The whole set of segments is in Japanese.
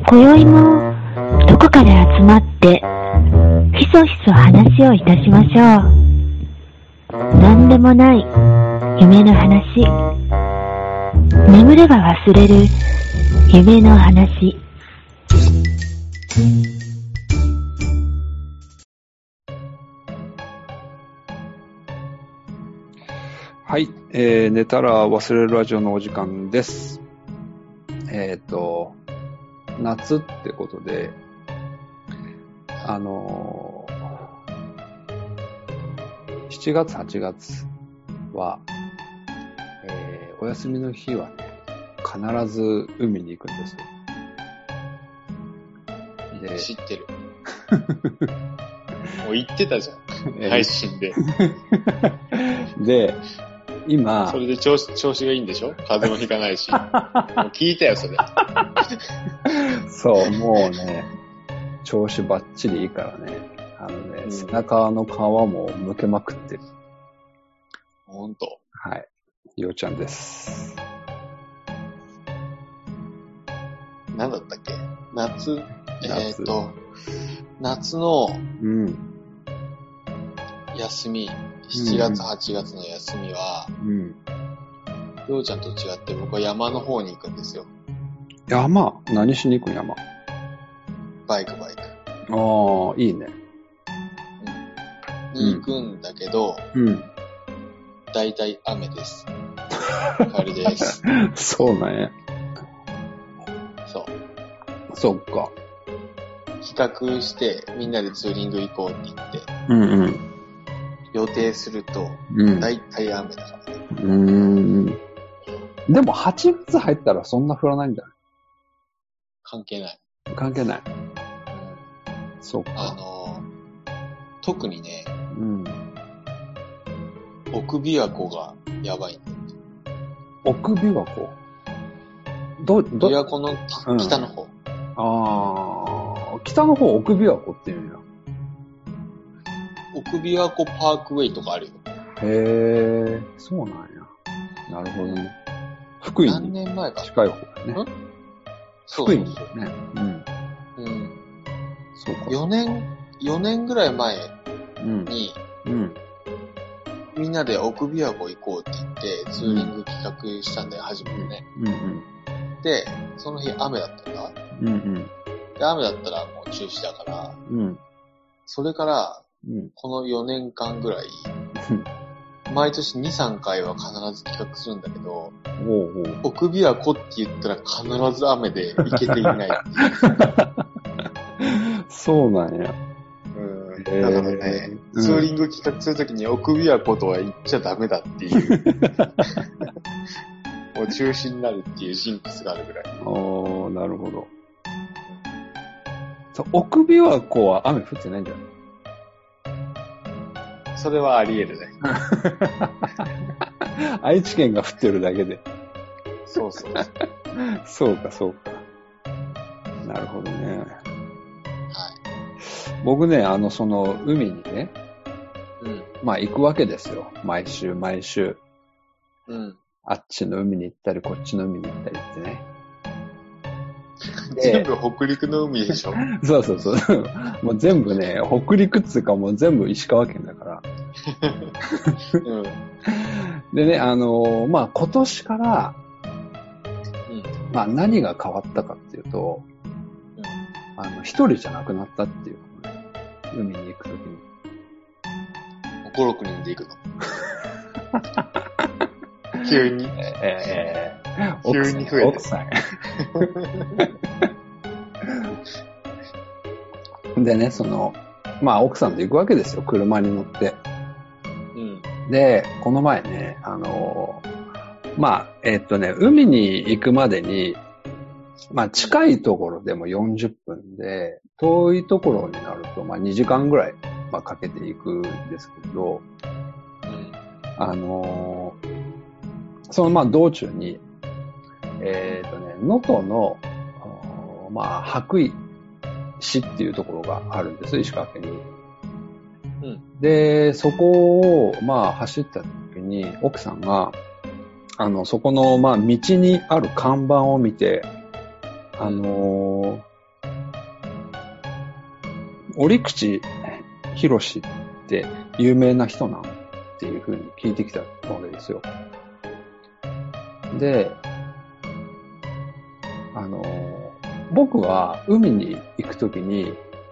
今宵もどこかで集まってひそひそ話をいたしましょう。何でもない夢の話、眠れば忘れる夢の話。 はい、寝たら忘れるラジオのお時間です。夏ってことで、7月、8月は、お休みの日はね、必ず海に行くんですよ。 で、知ってる。もう言ってたじゃん。配信で。 で、今。 それで調子がいいんでしょ？風邪もひかないし。もう聞いたよ、それ。 そう、もうね、調子バッチリいいからね。背中の皮も剥けまくってる。 ほんと？ はい。ようちゃんです。 何だったっけ？夏の、休み、7月、8月の休みは、ようちゃんと違って僕は山の方に行くんですよ。 山？何しに行くん？山。 バイク。 ああ、いいね。 に行くんだけど、だいたい雨です。晴れです。 そうなんや。 そう。 そっか。 企画してみんなでツーリング行こうって言って、予定すると、だいたい雨だからね。 でも8月入ったらそんな降らないんじゃない？ 関係ない。 関係ない。そうか。 特にね、奥琵琶湖がやばいんだよ。 奥琵琶湖？ 琵琶湖の北の方。 北の方奥琵琶湖っていうんや。 奥琵琶湖パークウェイとかあるよ。 へー、そうなんや。なるほどね。福井に何年前か近い方だね。福井にね。そうか。 4年ぐらい前に、みんなで奥琵琶湖行こうって言って、ツーリング企画したんだよ、初めてね。で、その日雨だったんだ。で、雨だったらもう中止だから、それから、この4年間ぐらい、毎年2、3回は必ず企画するんだけど、奥琵琶湖って言ったら必ず雨で行けていないっていう。 そうなんや。 だからね、ツーリング企画するときに奥琵琶湖とは言っちゃダメだっていう。もう中止になるっていうジンクスがあるぐらい。 なるほど。奥琵琶湖は雨降ってないんじゃない？ それはあり得るね。 愛知県が降ってるだけで。 そう。 そうか。なるほどね。 はい。 僕ね、その海にね、行くわけですよ。毎週。あっちの海に行ったり、こっちの海に行ったりってね。 全部北陸の海でしょ？ そう。もう全部ね、北陸っつうかもう全部石川県だから。でね、今年から、何が変わったかっていうと、一人じゃなくなったっていうのね、海に行くときに。 5、6人で行くの？急に。急に増えて。 奥さん。でね、奥さんと行くわけですよ、車に乗って。で、この前ね、海に行くまでに、近いところでも40分で、遠いところになると、2時間ぐらい、かけていくんですけど、その道中に、能登の、羽咋市っていうところがあるんです、石川県に。で、そこを、走った時に、奥さんが、そこの、道にある看板を見て、 折口博士って有名な人なんっていう風に聞いてきたわけですよ。で、僕は海に行くときに、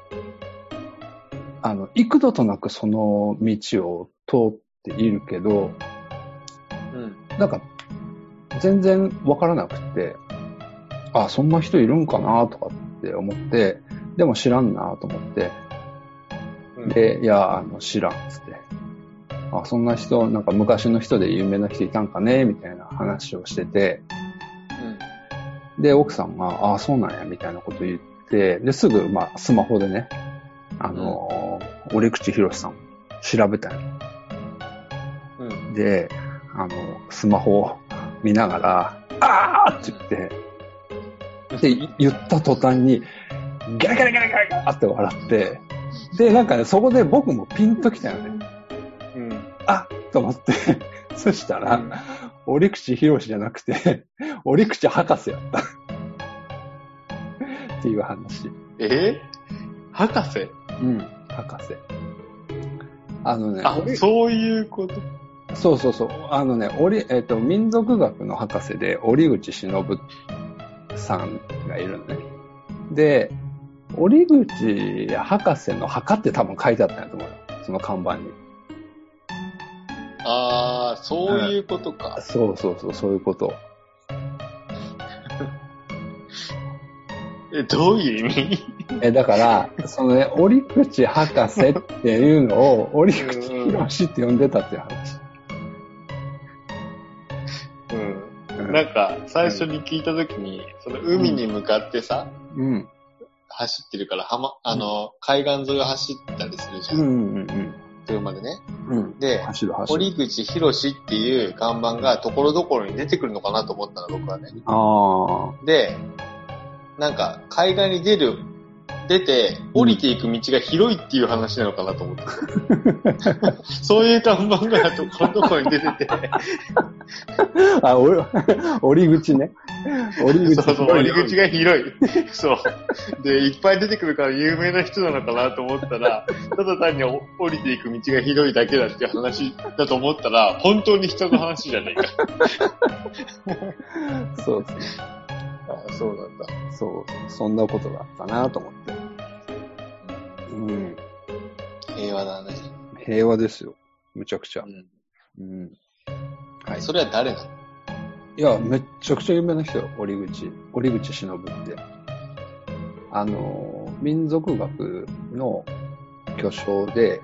幾度となくその道を通っているけど、なんか、全然わからなくて、あ、そんな人いるんかなとかって思って、でも知らんなと思って、で、いや、知らんっつって、あ、そんな人、なんか昔の人で有名な人いたんかねみたいな話をしてて、で、奥さんが、あ、そうなんや、みたいなこと言って、で、すぐ、スマホでね、折口博さん調べたよ。で、スマホを見ながら、あーって言って、で、言った途端に、ガラガラガラガラガラって笑って、で、なんかね、そこで僕もピンときたよね。あっと思って、そしたら、折口博じゃなくて、折口博士やった。っていう話。 博士？ 博士。 そういうこと？ そうそうそう。民族学の博士で、折口忍さんがいるのね。で、折口博士の墓って多分書いてあったんやと思うよ。その看板に。 ああ、そういうことか。 そうそうそう、そういうこと。 どういう意味？ だから、そのね、折口博士っていうのを、折口博って呼んでたっていう話。 なんか、最初に聞いたときに、その海に向かってさ、走ってるから、海岸沿いを走ったりするじゃん。車でね。で、折口博っていう看板がところどころに出てくるのかなと思ったの、僕はね。で、なんか、海岸に出て、降りていく道が広いっていう話なのかなと思って。そういう看板がところどころに出てて。 折口ね。 折口が広い。そう。で、いっぱい出てくるから有名な人なのかなと思ったら、ただ単に降りていく道が広いだけだっていう話だと思ったら、本当に人の話じゃねえか。 そうですね。 あ、そうなんだ。 そう、そんなことがあったなと思って。 平和だね。 平和ですよ。むちゃくちゃ。 はい。それは誰なの？ いや、めっちゃくちゃ有名な人よ、折口忍って。民族学の巨匠で、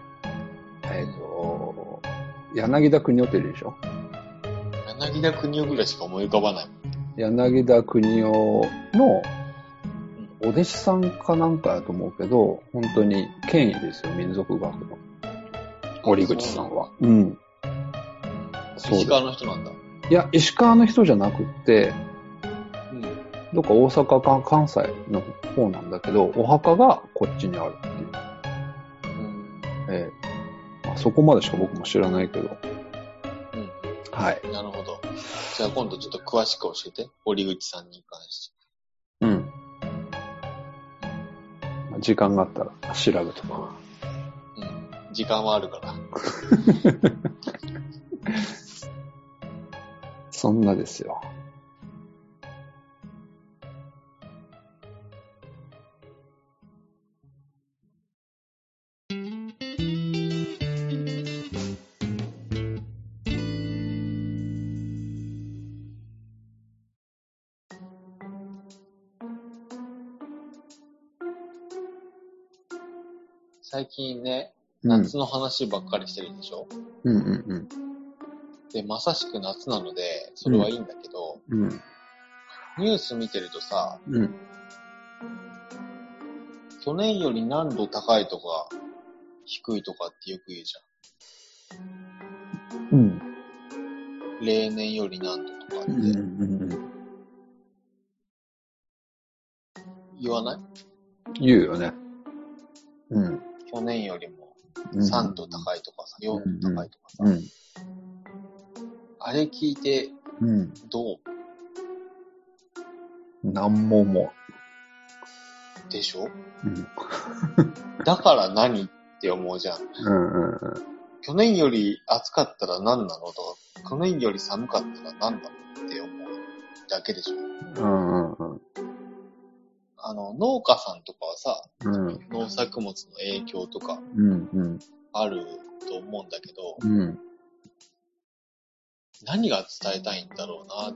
柳田国夫っているでしょ？ 柳田国夫ぐらいしか思い浮かばない。 柳田国夫のお弟子さんかなんかだと思うけど、本当に権威ですよ、民族学の。折口さんは。 石川の人なんだ。 いや、石川の人じゃなくって、どっか大阪か関西の方なんだけど、お墓がこっちにあるっていう。そこまでしか僕も知らないけど。はい。 なるほど。じゃあ今度ちょっと詳しく教えて。折口さんに関して。 時間があったら調べとく。 時間はあるから。 そんなですよ。 最近ね、夏の話ばっかりしてるでしょ？で、まさしく夏なので、それはいいんだけど、ニュース見てるとさ、去年より何度高いとか、低いとかってよく言うじゃん。例年より何度とかって。言わない？ 言うよね。 去年よりも3度高いとかさ、4度高いとかさ。あれ聞いて、どう？ なんも思う。 でしょ？うん。だから何って思うじゃん。去年より暑かったら何なのとか、去年より寒かったら何なのって思うだけでしょ。農家さんとかはさ、農作物の影響とかあると思うんだけど、何が伝えたいんだろうなって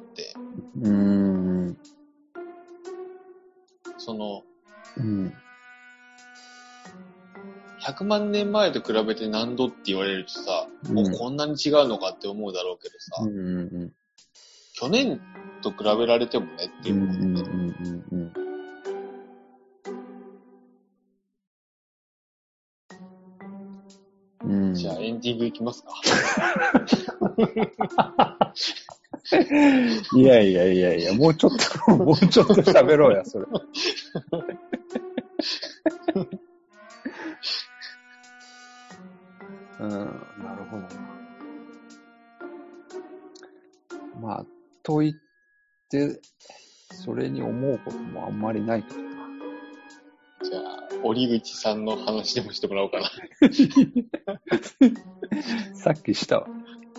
。100万年前と比べて何度って言われるとさ、こんなに違うのかって思うだろうけどさ、去年と比べられてもねっていうことで、じゃあエンディングいきますか。 いや、もうちょっと喋ろうや、それ。なるほどな。まあ、と言って、それに思うこともあんまりないけどな。 じゃあ、折口さんの話でもしてもらおうかな。 さっきしたわ。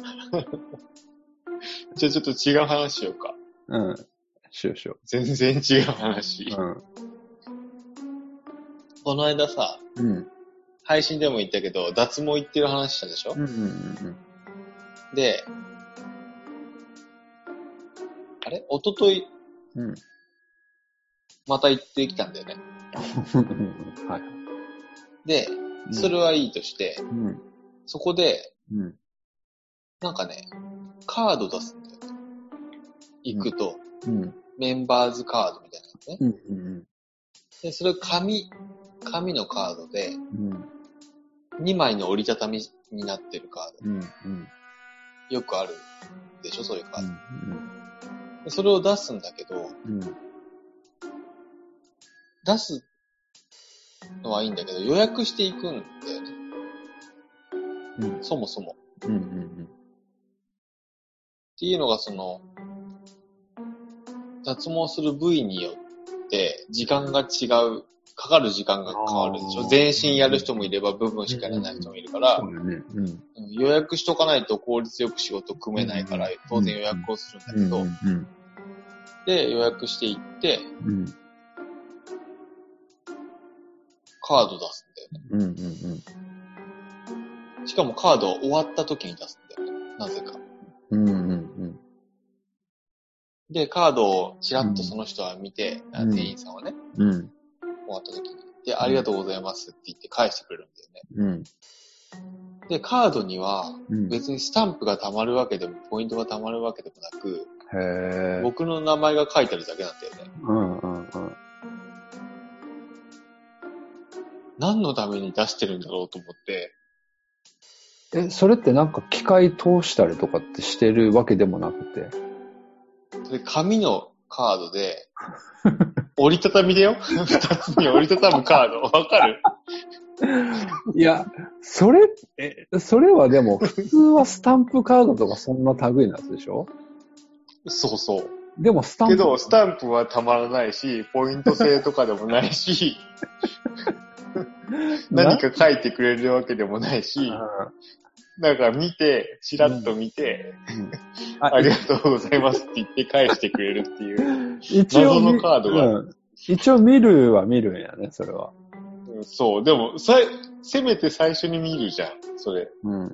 じゃあちょっと違う話しようか。 しよう。 全然違う話。この間さ、配信でも言ったけど、脱毛行ってる話したでしょ？で、あれ？一昨日また行ってきたんだよね。 はい。 で、それはいいとして、そこで、なんかね、カード出すんだよね。行くと、メンバーズカードみたいなやつね。で、それ紙のカードで、2枚の折りたたみになってるカード。よくあるでしょ、そういうカード。でそれを出すんだけど、出すのはいいんだけど、予約していくんだよね。そもそも。っていうのが脱毛する部位によって時間が違う、かかる時間が変わるでしょ。全身やる人もいれば部分しかやらない人もいるから、予約しとかないと効率よく仕事組めないから、当然予約をするんだけど、で、予約していって、カード出すんだよね。しかもカード終わった時に出すんだよね。なぜか。で、カードをちらっとその人は見て、店員さんはね、終わった時に。で、ありがとうございますって言って返してくれるんだよね。で、カードには別にスタンプが貯まるわけでも、ポイントが貯まるわけでもなく、僕の名前が書いてあるだけなんだよね。何のために出してるんだろうと思って。 それってなんか機械通したりとかってしてるわけでもなくて。 で、紙のカードで、折りたたみだよ。二つに折りたたむカード。わかる？ いや、それはでも、普通はスタンプカードとかそんな類のやつでしょ？ そうそう。 でもスタンプ。 けど、スタンプはたまらないし、ポイント制とかでもないし、何か書いてくれるわけでもないし、なんか見て、チラッと見て、ありがとうございますって言って返してくれるっていう、謎のカードが。 一応見るは見るんやね、それは。 そう、でも、せめて最初に見るじゃん、それ。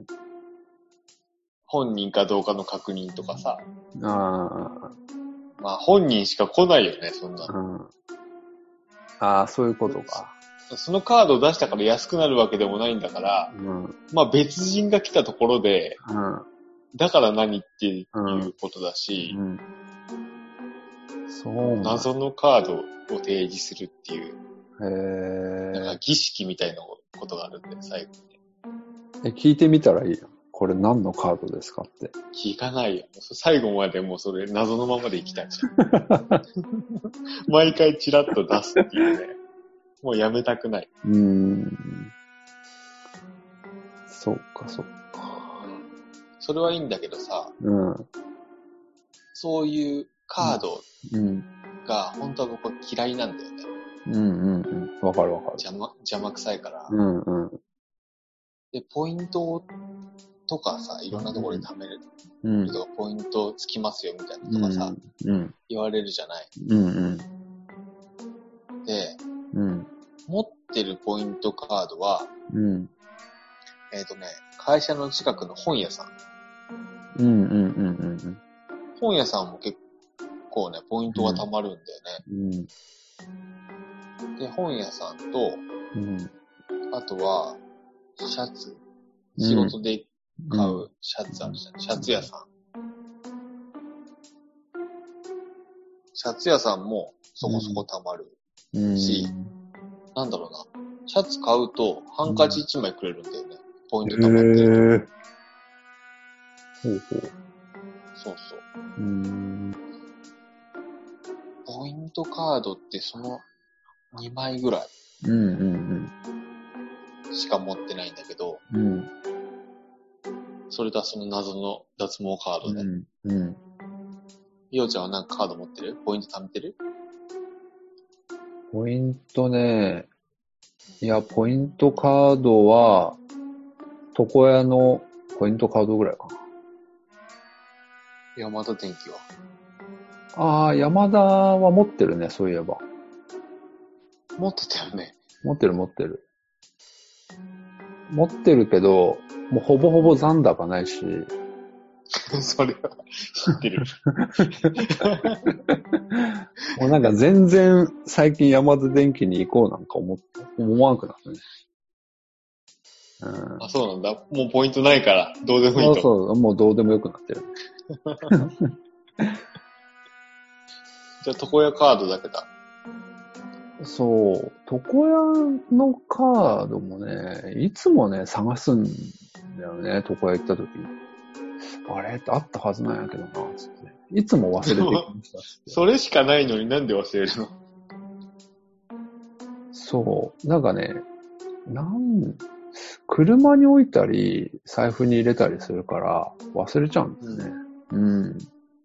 本人かどうかの確認とかさ。まあ、本人しか来ないよね、そんなの。 そういうことか。 そのカードを出したから安くなるわけでもないんだから、まあ別人が来たところで、だから何っていうことだし、謎のカードを提示するっていう、なんか儀式みたいなことがあるんで、最後に。聞いてみたらいいよ。これ何のカードですかって。 聞かないよ。最後までもうそれ謎のままで行きたいじゃん。毎回チラッと出すっていうね。もうやめたくない。 そっか。 それはいいんだけどさ、そういうカードが本当は僕は嫌いなんだよね。 うんうんうん。わかるわかる。 邪魔くさいから。 うんうん。 で、ポイントとかさ、いろんなところで貯める。うん。ポイントつきますよみたいなとかさ、うん、言われるじゃない。うんうん。で、うん、持ってるポイントカードは、うん、会社の近くの本屋さん。うんうんうんうん。本屋さんも結構ね、ポイントが貯まるんだよね。うん、で、本屋さんと、うん、あとは、シャツ。仕事で買うシャツあるじゃん。シャツ屋さん。シャツ屋さんもそこそこ貯まるし、なんだろうな。シャツ買うとハンカチ1枚くれるんだよね。ポイント貯まってると。ほうほう。そうそう。ポイントカードってその2枚ぐらいしか持ってないんだけど、それとはその謎の脱毛カードで。みおちゃんはなんかカード持ってる？ポイント貯めてる？ ポイントね、いや、ポイントカードは、床屋のポイントカードぐらいかな。 山田電機は？ ああ、山田は持ってるね、そういえば。 持ってたよね。 持ってる。持ってるけど、もうほぼほぼ残高ないし。 それは知ってる。 もうなんか全然最近山田電機に行こうなんか思わなくなったね。 あ、そうなんだ。もうポイントないから、どうでもいいと。 そう、もうどうでもよくなってる。 じゃあ、床屋カードだけだ。 そう、床屋のカードもね、いつもね、探すんだよね、床屋行った時に。あれってあったはずなんやけどな、つって。いつも忘れていきました。 それしかないのになんで忘れるの？ そう、なんかね、車に置いたり、財布に入れたりするから、忘れちゃうんですね。うん。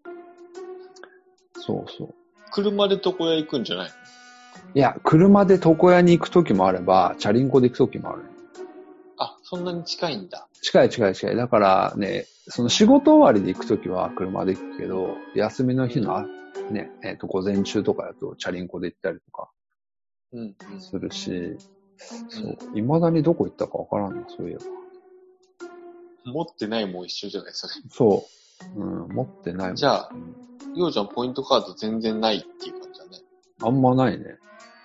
そうそう。 車で床屋行くんじゃないの？ いや、車で床屋に行くときもあれば、チャリンコで行くときもある。 あ、そんなに近いんだ。 近い。だからね、その仕事終わりで行くときは車で行くけど、休みの日の、ね、午前中とかだとチャリンコで行ったりとか、するし、そう、未だにどこ行ったかわからんな、そういえば。 持ってないもん一緒じゃない、それ。 そう。持ってないもん。 じゃあ、ようちゃんポイントカード全然ないっていう感じだね。 あんまないね。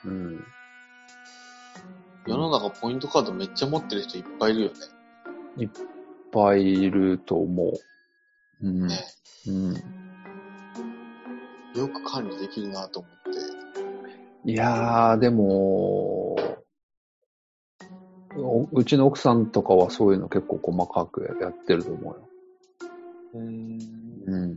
世の中ポイントカードめっちゃ持ってる人いっぱいいるよね。 いっぱいいると思う。ね。 よく管理できるなと思って。 いやー、でも、うちの奥さんとかはそういうの結構細かくやってると思うよ。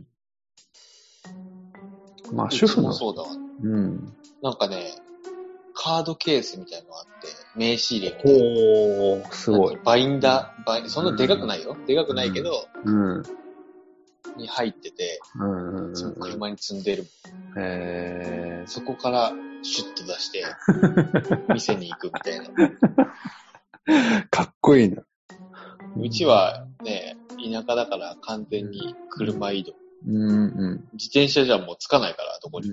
まあ主婦もそうだわ。なんかね、カードケースみたいなのがあって、名刺入れみたいな。 すごい。 バインダー、そんなでかくないよ。でかくないけど、に入ってて、その車に積んでる。そこからシュッと出して、店に行くみたいな。かっこいいな。 うちはね、田舎だから完全に車移動。自転車じゃもうつかないから、どこに。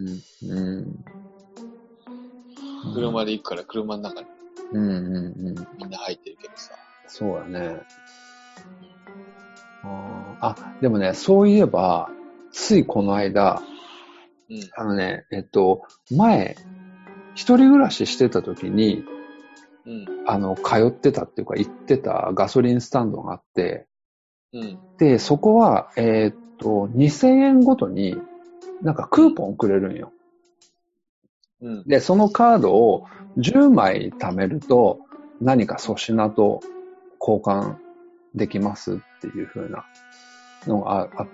車で行くから車の中に。みんな入ってるけどさ。 そうだね。でもね、そういえば、ついこの間、前、一人暮らししてた時に、通ってたっていうか行ってたガソリンスタンドがあって、で、そこは、2000円ごとになんかクーポンくれるんよ。で、そのカードを10枚貯めると何か粗品と交換できますっていう風なのがあって、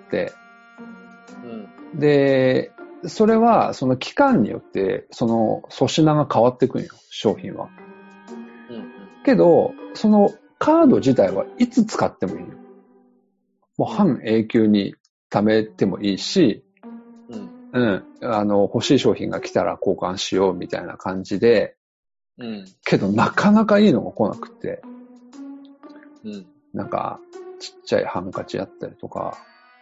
で、それはその期間によってその粗品が変わってくんよ、商品は。けど、そのカード自体はいつ使ってもいいよ。もう半永久に貯めてもいいし、 うん。欲しい商品が来たら交換しようみたいな感じで、 うん。 けどなかなかいいのが来なくて、 うん。 なんか、ちっちゃいハンカチやったりとか、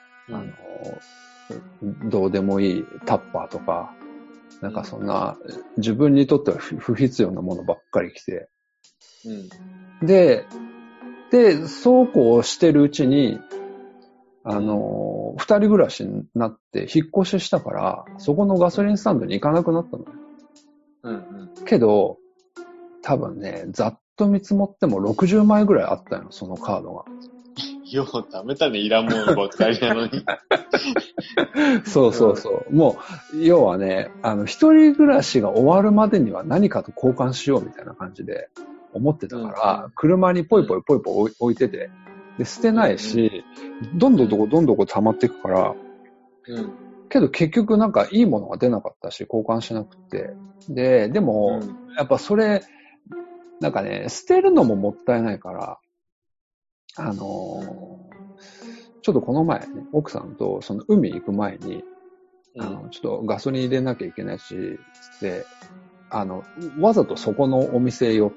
どうでもいいタッパーとか、なんかそんな、自分にとっては不必要なものばっかり来て、 うん。 で、そうこうしてるうちに、二人暮らしになって引っ越ししたから、そこのガソリンスタンドに行かなくなったの。 うんうん。 けど、多分ね、ざっと見積もっても60枚ぐらいあったの、そのカードが。 よう貯めたね、いらんものばっかりなのに。 そうそうそう。もう、要はね、一人暮らしが終わるまでには何かと交換しようみたいな感じで思ってたから、車にポイポイ置いてて、で、捨てないし、どんどん溜まっていくから、けど結局なんかいいものが出なかったし、交換しなくて。でも、やっぱそれ、なんかね、捨てるのももったいないから、ちょっとこの前ね、奥さんとその海行く前に、ちょっとガソリン入れなきゃいけないし、つって、わざとそこのお店寄って、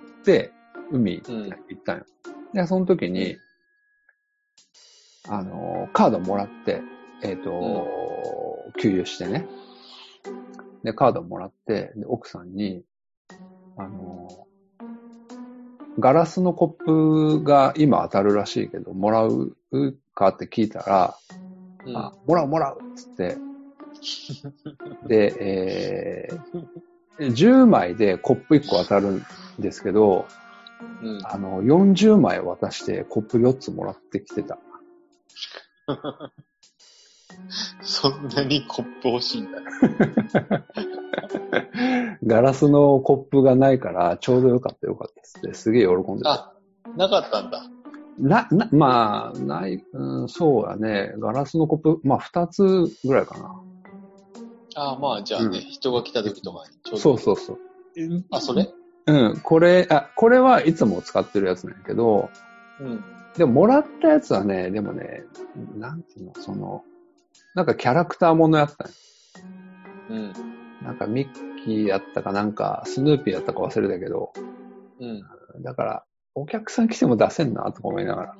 海行ったんよ。で、その時に、カードもらって、給油してね。で、カードもらって、で、奥さんに、ガラスのコップが今当たるらしいけど、もらうかって聞いたら、もらうつって、で、10枚でコップ1個当たるんですけど、40枚渡してコップ4つもらってきてた。 そんなにコップ欲しいんだ。 ガラスのコップがないからちょうどよかったってすげえ喜んでた。 あ、なかったんだ。 まあ、ない、そうやね。ガラスのコップ、まあ2つぐらいかな。 ああ、まあじゃあね、人が来た時とかにちょうど。そう。 あ、それ？ これはいつも使ってるやつなんやけど、でももらったやつはね、でもね、なんていうの、なんかキャラクターものやったんよ。なんかミッキーやったかなんか、スヌーピーやったか忘れたけど、だから、お客さん来ても出せんな、とか思いながら。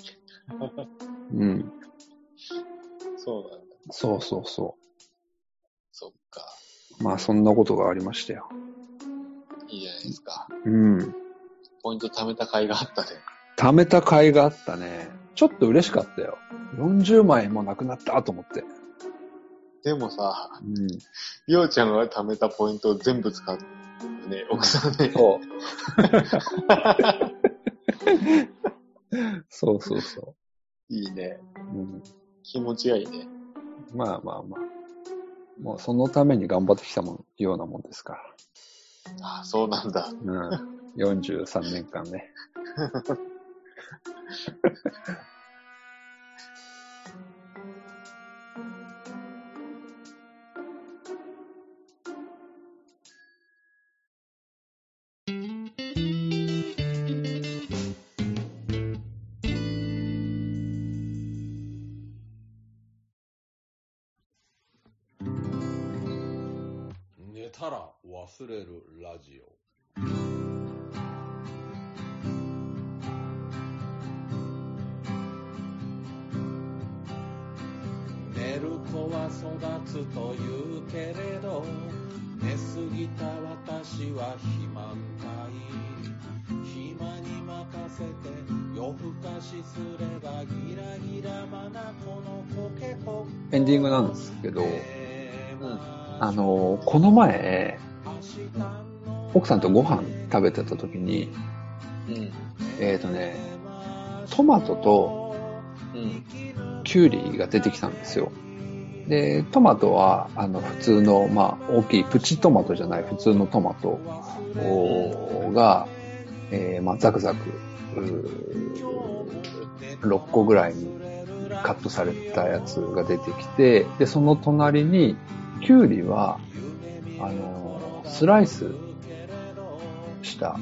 そうなんだ。 そう。 そっか。 まあ、そんなことがありましたよ。 いいじゃないですか。 ポイント貯めた甲斐があったね。 貯めた甲斐があったね。ちょっと嬉しかったよ。40万円もなくなったと思って。 でもさ、ようちゃんが貯めたポイントを全部使うね、奥さんね。 そう。そう。 いいね。気持ちがいいね。 まあ。もうそのために頑張ってきたようなもんですから。 ああ、そうなんだ。 43年間ね。 寝たら忘れるラジオ。寝る子は育つというけれど、寝すぎた私は肥満体。暇に任せて夜更かしすればギラギラマナコのコケコ。 エンディングなんですけど、この前、奥さんとご飯食べてた時に、トマトと、キュウリが出てきたんですよ。で、トマトは、普通の、まあ、大きいプチトマトじゃない普通のトマトが、まあ、ザクザク、6個ぐらいにカットされたやつが出てきて、で、その隣に、キュウリは、スライスした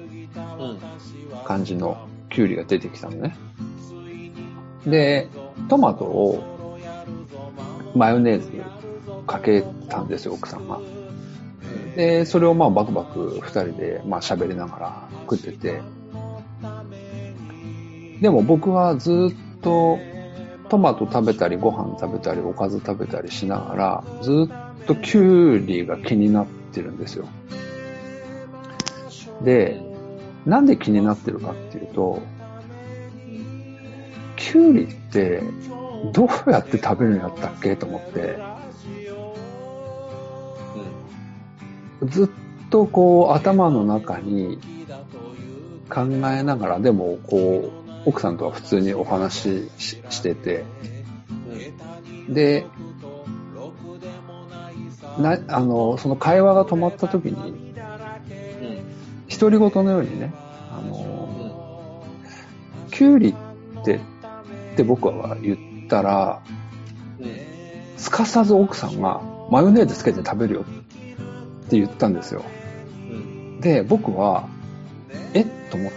感じのキュウリが出てきたのね。で、トマトをマヨネーズかけたんですよ、奥さんが。で、それをまあバクバク二人でまあ喋りながら食ってて。でも僕はずっとトマト食べたりご飯食べたりおかず食べたりしながらずっとキュウリが気になってるんですよ。で、なんで気になってるかっていうと、キュウリってどうやって食べるんやったっけと思って、ずっとこう頭の中に考えながら、でもこう奥さんとは普通にお話 してて、で、その会話が止まった時に、独り言のようにね、キュウリって僕は言ったら、すかさず奥さんがマヨネーズつけて食べるよって言ったんですよ。で、僕はと思って、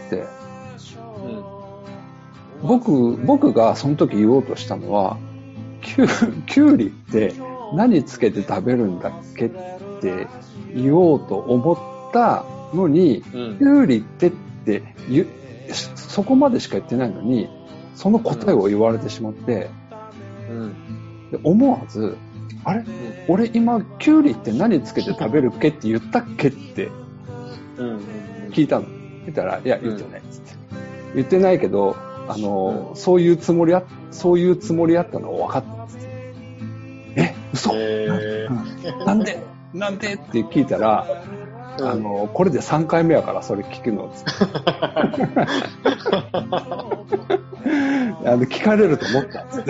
僕がその時言おうとしたのは、キュウリって何つけて食べるんだっけって言おうと思ったのに、キュウリってそこまでしか言ってないのに、その答えを言われてしまって、で思わず、あれ、俺今キュウリって何つけて食べるっけって言ったっけって聞いたの。言ったら、いや、言ってないっつって。言ってないけど、そういうつもりあったの分かったっつって。嘘、なんでって聞いたら、これで3回目やからそれ聞くのっつって。聞かれると思ったっつって。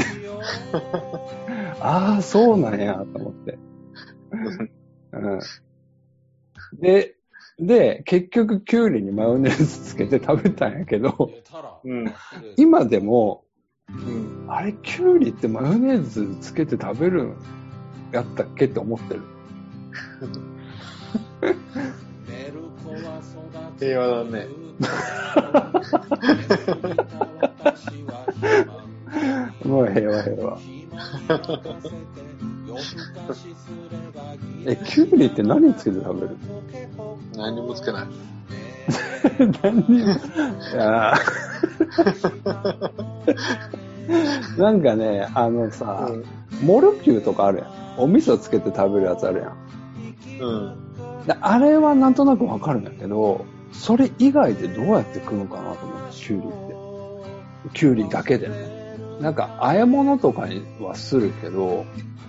ああ、そうなんやと思って。で、結局キュウリにマヨネーズつけて食べたんやけど、今でも、あれキュウリってマヨネーズつけて食べるんやったっけって思ってる。 平和だね。 もう平和。キュウリって何つけて食べる？ 何もつけない。 なんかね、モロキューとかあるやん。お味噌つけて食べるやつあるやん。あれはなんとなくわかるんだけど、それ以外でどうやって食うのかなと思って、キュウリって。キュウリだけでね。なんか、和え物とかにはするけど、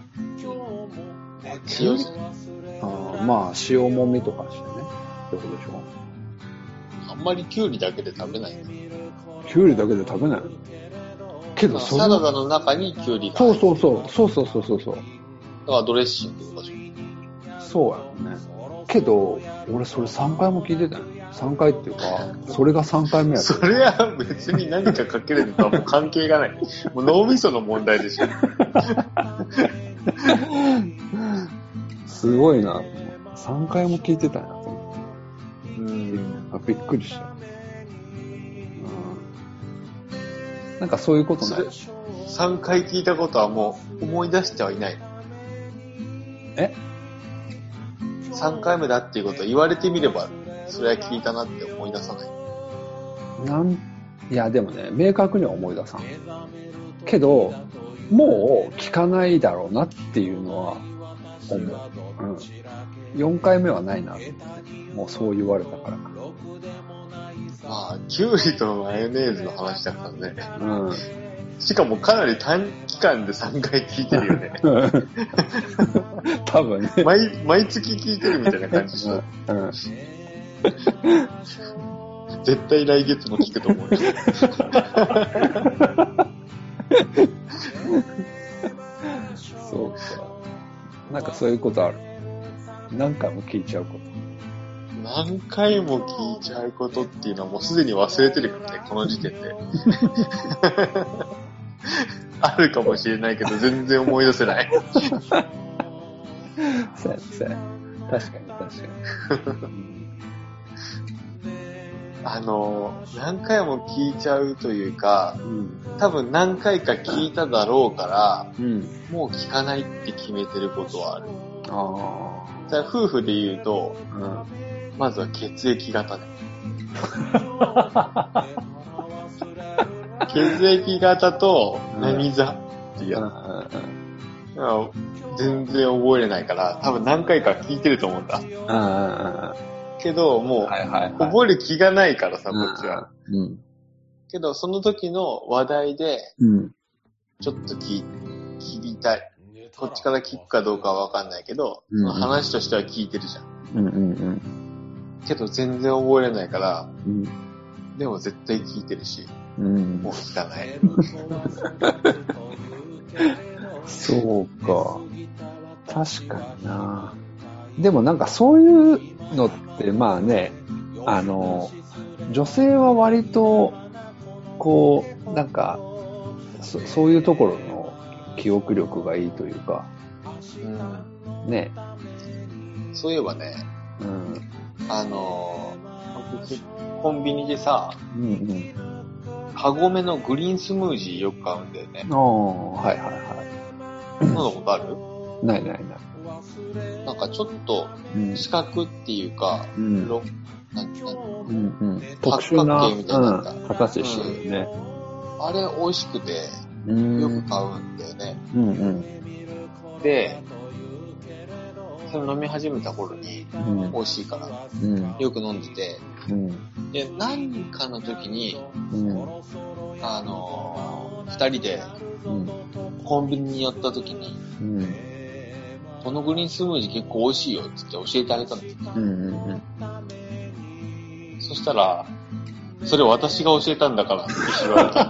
まあ、塩もみとかしてね。ってことでしょ。 あんまりキュウリだけで食べない。 キュウリだけで食べないけど、 サラダの中にキュウリが入ってる。そう。 だからドレッシングとかしょ。 そうやろね。けど、俺それ3回も聞いてたよ。3回っていうか、それが3回目やった。 それは別に何かかけるのとはもう関係がない。もう脳みその問題でしょ。 すごいな。3回も聞いてたんやと思って。びっくりした。なんかそういうことない。 3回聞いたことはもう思い出してはいない。3回目だっていうことを言われてみれば、それは聞いたなって思い出さない。 いや、でもね、明確には思い出さん。けど、もう聞かないだろうなっていうのは思う。4回目はないな。もうそう言われたから。 キュウリとマヨネーズの話だからね。しかもかなり短期間で3回聞いてるよね。 多分ね。 毎月聞いてるみたいな感じでしょ。絶対来月も聞くと思うよ。 そうか。なんかそういうことある。何回も聞いちゃうこと。 何回も聞いちゃうことっていうのはもうすでに忘れてるからね、この時点で。あるかもしれないけど全然思い出せない。そうや。 確かに。 何回も聞いちゃうというか、多分何回か聞いただろうから、もう聞かないって決めてることはある。じゃあ夫婦で言うと、まずは血液型ね。血液型と何座っていうやつ。全然覚えれないから、多分何回か聞いてると思うんだ。けど、もう、覚える気がないからさ、こっちは。けど、その時の話題で、ちょっと聞きたい。こっちから聞くかどうかはわかんないけど、その話としては聞いてるじゃん。けど、全然覚えれないから、でも絶対聞いてるし、もう聞かない。 そうか。確かにな。でもなんかそういうのってまあね、女性は割とこうなんかそういうところの記憶力がいいというか、ね。 そういえばね、コンビニでさ、カゴメのグリーンスムージーよく買うんだよね。 はいはいはい。 飲んだことある？ ない。 なんかちょっと四角っていうか、 特殊な八角形みたいな形してるね。 あれ美味しくてよく買うんだよね。で、それ飲み始めた頃に美味しいからよく飲んでて、で何かの時に二人でコンビニに寄った時に、このグリーンスムージー結構美味しいよって言って教えてあげたんですよ。そしたら、それ私が教えたんだからって言われた。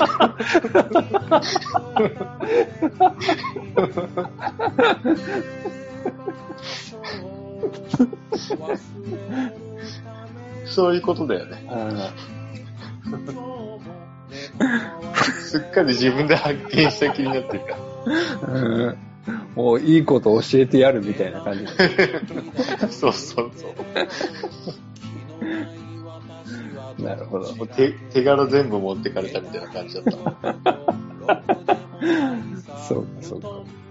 そういうことだよね。すっかり自分で発見した気になってるから。 もういいこと教えてやるみたいな感じ。 そう。 なるほど。 もう手柄全部持ってかれたみたいな感じだった。 そうか。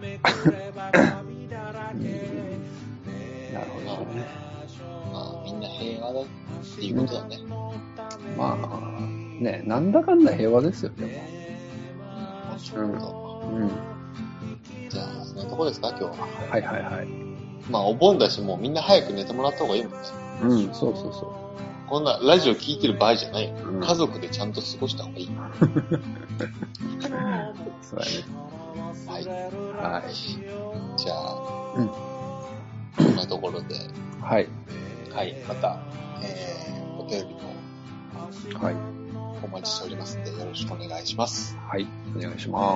なるほどね。 みんな平和だっていうことだね。 まあね、なんだかんだ平和ですよでも。 じゃあそんなとこですか今日は。 はい。 まあお盆だしもうみんな早く寝てもらった方がいいもんね。 そう。 こんなラジオ聞いてる場合じゃないよ。家族でちゃんと過ごした方がいい。 そうだね。 はい。じゃあ、こんなところで。はい。また、お便りも、お待ちしておりますので、よろしくお願いします。 はい。お願いします。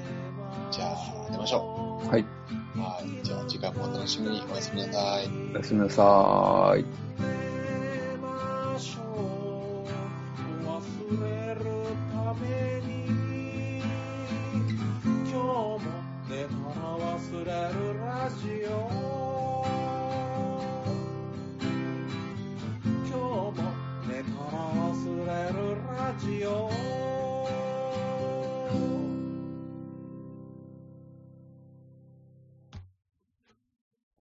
じゃあ、寝ましょう。はい。じゃあ、次回もお楽しみに。おやすみなさい。 おやすみなさい。 ラジオ